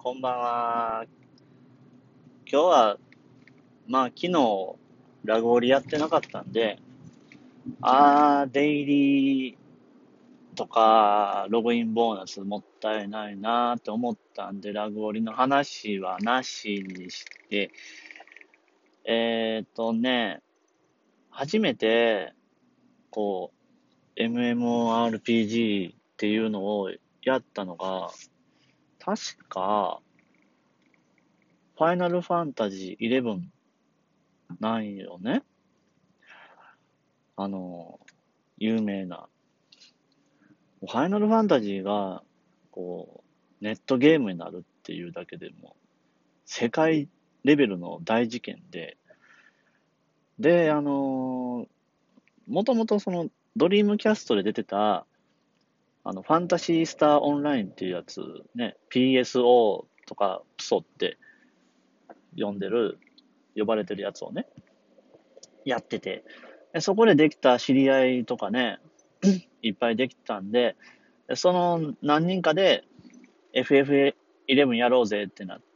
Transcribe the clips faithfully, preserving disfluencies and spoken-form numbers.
こんばんは。今日は、まあ、昨日、ラグオリやってなかったんで、あー、デイリーとか、ログインボーナスもったいないなーって思ったんで、ラグオリの話はなしにして、えーとね、初めて、こう、エムエムオーアールピージー っていうのをやったのが、確か、ファイナルファンタジーイレブンなんよね。あの、有名な。ファイナルファンタジーが、こう、ネットゲームになるっていうだけでも、世界レベルの大事件で、で、あのもともとその、ドリームキャストで出てた、あの、ファンタシースターオンラインっていうやつ、ね、ピーエスオー とか、プソって呼んでる、呼ばれてるやつをね、やってて、でそこでできた知り合いとかね、いっぱいできたんで、その何人かで エフエフイレブン やろうぜってなって、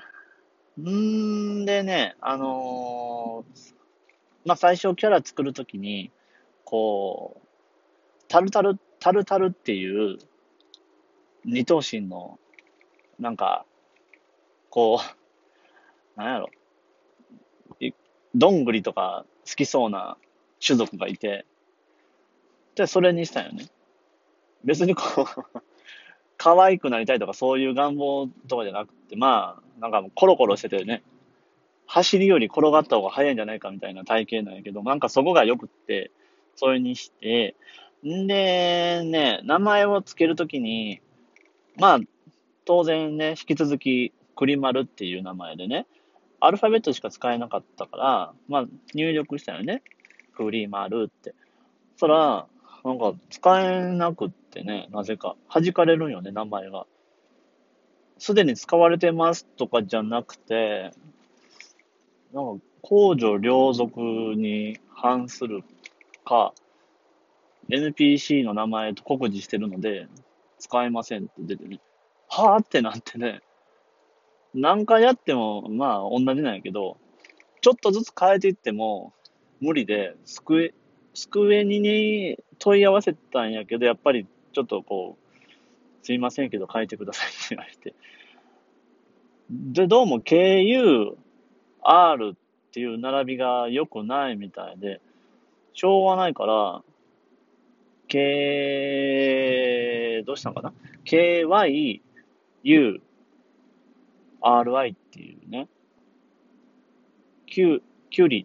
んーでね、あのーまあ、最初キャラ作るときに、こう、タルタル、タルタルっていう二頭身の、なんか、こう、なんやろ、いどんぐりとか好きそうな種族がいて、で、それにしたよね。別にこう、可愛くなりたいとかそういう願望とかじゃなくて、まあ、なんかもうコロコロしててね、走りより転がった方が速いんじゃないかみたいな体型なんやけど、なんかそこが良くって、それにして、んで、ね、名前を付けるときに、まあ、当然ね、引き続き、クリマルっていう名前でね、アルファベットしか使えなかったから、まあ、入力したよね。クリマルって。そしたら、なんか使えなくってね、なぜか。弾かれるんよね、名前が。すでに使われてますとかじゃなくて、なんか、公序良俗に反するか、エヌピーシー の名前と酷似してるので、使えませんって出てね。はぁってなってね。何回やっても、まあ、同じなんやけど、ちょっとずつ変えていっても、無理で、スクエ、スクエニに問い合わせたんやけど、やっぱり、ちょっとこう、すいませんけど変えてくださいって言われて。で、どうも ケーユーアール っていう並びが良くないみたいで、しょうがないから、K、どうしたのかな ?ケーワイユーアールアイ っていうね、キュ、キュリ、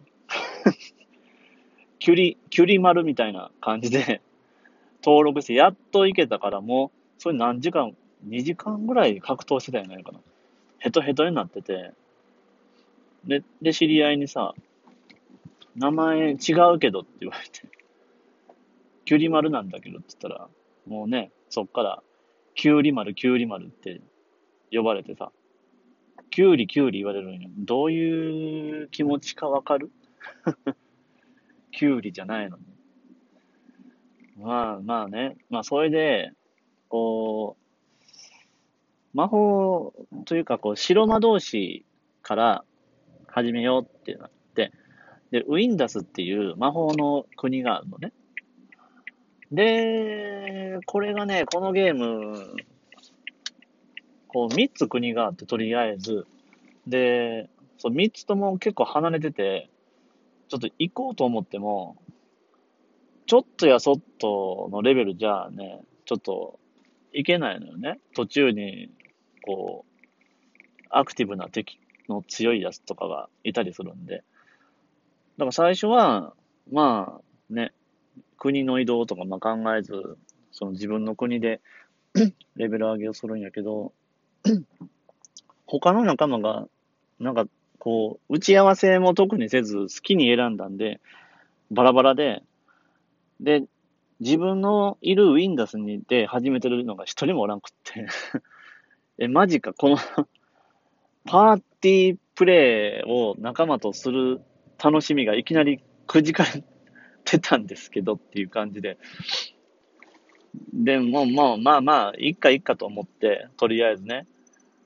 キュリ、キュリ丸みたいな感じで登録して、やっと行けたからもう、それ何時間、にじかんぐらい格闘してたんじゃないかな。ヘトヘトになってて、で、で、知り合いにさ、名前違うけどって言われて、キュリ丸なんだけどって言ったら、もうね、そっから、キュウリ丸、キュウリ丸って呼ばれてさ、キュウリ、キュウリ言われるんよ。どういう気持ちかわかる？キュウリじゃないのに。まあまあね。まあそれで、こう、魔法というか、こう、白魔導士から始めようってなって、で、ウィンダスっていう魔法の国があるのね。で、これがね、このゲーム、こう、みっつ国があって、とりあえず、で、そう、みっつとも結構離れてて、ちょっと行こうと思っても、ちょっとやそっとのレベルじゃあね、ちょっといけないのよね。途中に、こう、アクティブな敵の強いやつとかがいたりするんで。だから最初は、まあね、国の移動とかまあ考えず、その自分の国でレベル上げをするんやけど、他の仲間が、なんか、こう、打ち合わせも特にせず好きに選んだんで、バラバラで、で、自分のいる Windows にで始めてるのが一人もおらんくってえ、マジか、このパーティープレイを仲間とする楽しみがいきなりくじかれてたんですけどっていう感じで。でも、もう、まあまあ、いっかいっかと思って、とりあえずね。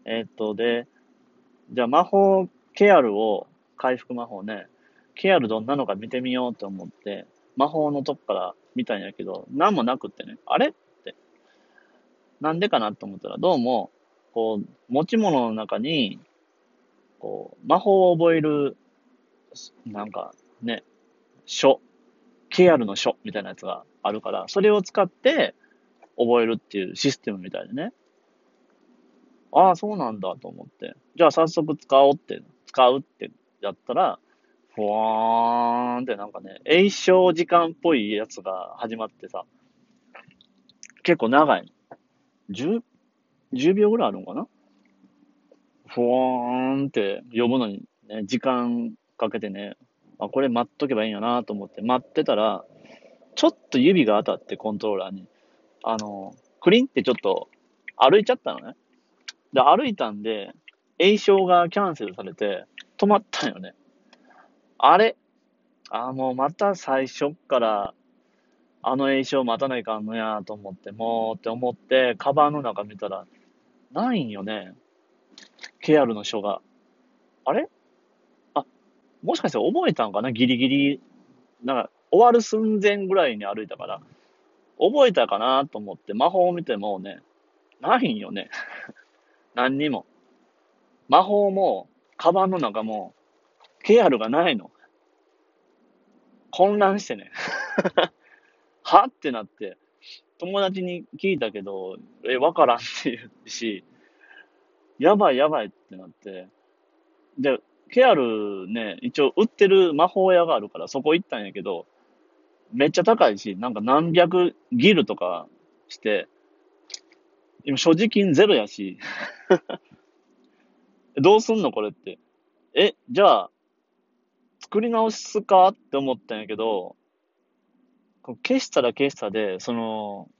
えーっと、で、じゃあ魔法、ケアルを、回復魔法ね、ケアルどんなのか見てみようと思って、魔法のとこから見たんやけど、なんもなくってね、あれって、なんでかなと思ったら、どうも、こう、持ち物の中に、こう、魔法を覚える、なんか、ね、書、ケアルの書みたいなやつがあるから、それを使って覚えるっていうシステムみたいでね。ああ、そうなんだと思って。じゃあ早速使おうって、使うってやったら、ふわーんってなんかね、詠唱時間っぽいやつが始まってさ、結構長い。じゅう、じゅうびょうぐらいあるのかな。ふわーんって呼ぶのにね、時間かけてね、あ、これ待っとけばいいんやなと思って待ってたら、ちょっと指が当たってコントローラーに、あの、クリンってちょっと歩いちゃったのね。で、歩いたんで、詠唱がキャンセルされて、止まったんよね。あれあ、もうまた最初っから、あの詠唱待たないかんのやと思って、もうって思って、カバンの中見たら、ないんよね。ケアルの書が。あれあ、もしかして覚えたんかなギリギリ。なんか、終わる寸前ぐらいに歩いたから、覚えたかなと思って魔法を見てもね、ないんよね。何にも。魔法も、カバンの中も、ケアルがないの。混乱してね。はってなって、友達に聞いたけど、え、わからんって言うし、やばいやばいってなって、で、ケアルね、一応売ってる魔法屋があるからそこ行ったんやけど、めっちゃ高いし、なんか何百ギルとかして、今所持金ゼロやし、どうすんのこれって。え、じゃあ、作り直すかって思ったんやけど、消したら消したで、その、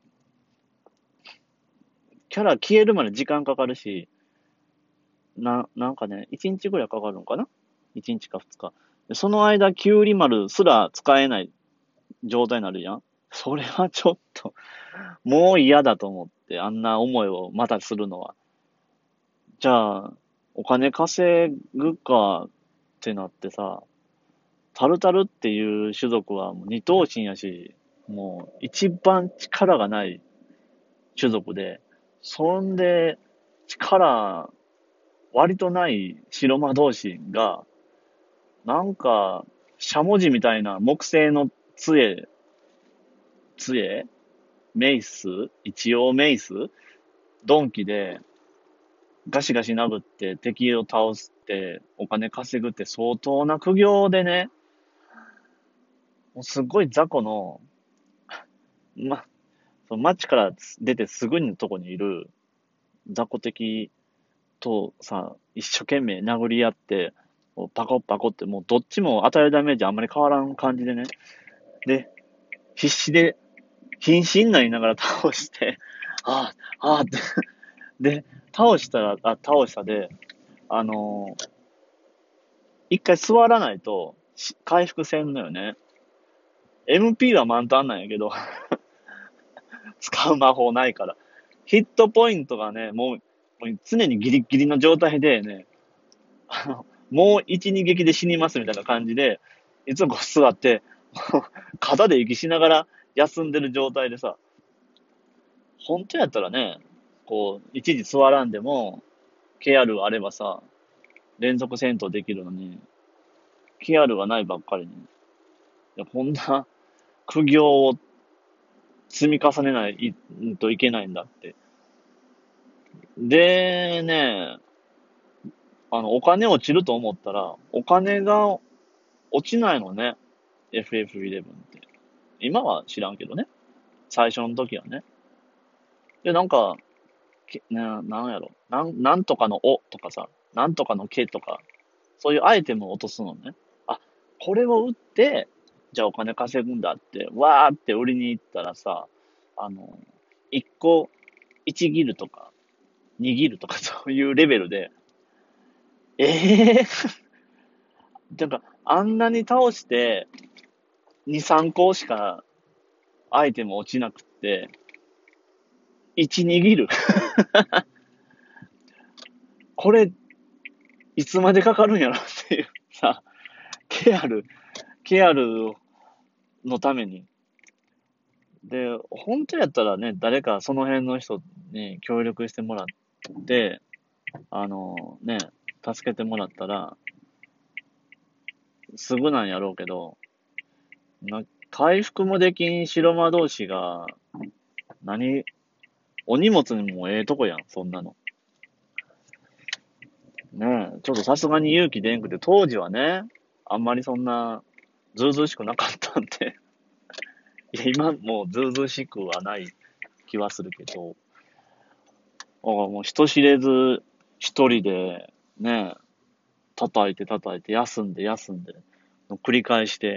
キャラ消えるまで時間かかるし、な、なんかね、いちにちぐらいかかるのかな？ いち 日かふつか。でその間、キュウリ丸すら使えない状態になるやん。それはちょっと、もう嫌だと思って、あんな思いをまたするのは。じゃあ、お金稼ぐかってなってさ、タルタルっていう種族はもう二頭身やし、もう一番力がない種族で、そんで力割とない白魔同士が、なんか、しゃもじみたいな木製の杖、杖メイス一応メイスドンキでガシガシ殴って敵を倒すってお金稼ぐって相当な苦行でね、もうすっごい雑魚の、ま、その街から出てすぐのとこにいる雑魚敵とさ、一生懸命殴り合って、パコパコってもうどっちも与えるダメージあんまり変わらん感じでね。で、必死で、瀕死になりながら倒して、ああ、ああって、で、倒したら、あ、倒したで、あのー一回座らないと回復せんのよね。エムピー は満タンなんやけど、使う魔法ないから。ヒットポイントがね、もう、もう常にギリギリの状態でね、あの、もう一、二撃で死にますみたいな感じで、いつもこう座って、肩で息しながら休んでる状態でさ、本当やったらね、こう、一時座らんでも、ケアルあればさ、連続戦闘できるのに、ケアルがないばっかりに、いやこんな苦行を積み重ねないといけないんだって。で、ね、あの、お金落ちると思ったら、お金が落ちないのね。エフエフイレブン って。今は知らんけどね。最初の時はね。で、なんか、けな、なんやろ。なん、なんとかのおとかさ、なんとかのけとか、そういうアイテムを落とすのね。あ、これを売って、じゃあお金稼ぐんだって、わーって売りに行ったらさ、あの、いっこいちギルとかにギルとかそういうレベルで、ええー、てか、あんなに倒して、に、さんこしかアイテム落ちなくって、いち、にギルこれ、いつまでかかるんやろっていうさ、ケアル、ケアルのために。で、本当やったらね、誰かその辺の人に協力してもらって、あのね、助けてもらったら、すぐなんやろうけど、な回復もできん白魔同士が、何、お荷物にもええとこやん、そんなの。ねえ、ちょっとさすがに勇気出んくて、当時はね、あんまりそんな、ずうずうしくなかったんで、いや、今もうずうずうしくはない気はするけど、あもう人知れず一人で、ね、叩いて叩いて、休んで休んで、の繰り返して、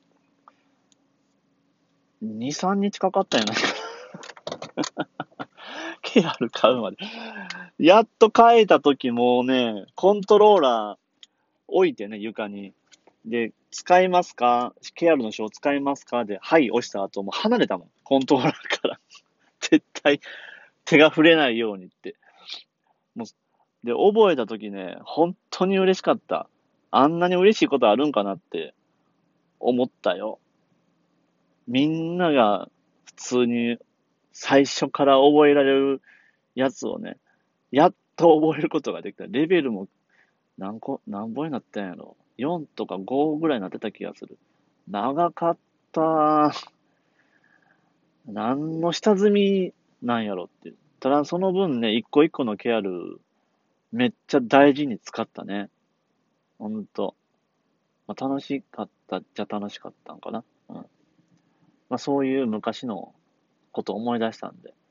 に、さんにちかかったんやないかな。ケアル買うまで。やっと買えた時もね、コントローラー置いてね、床に。で、使いますかケアルの書を使いますかで、はい、押した後もう離れたもん。コントローラーから。絶対手が触れないようにって。もう、で、覚えた時ね、本当に嬉しかった。あんなに嬉しいことあるんかなって思ったよ。みんなが普通に最初から覚えられるやつをね、やっと覚えることができた。レベルも何個、何本になったんやろ。よんとかごぐらいになってた気がする。長かった何の下積みなんやろって。ただその分ね、一個一個のケアル、めっちゃ大事に使ったね。ほんと。まあ、楽しかったっちゃ楽しかったんかな。うん。まあそういう昔のことを思い出したんで。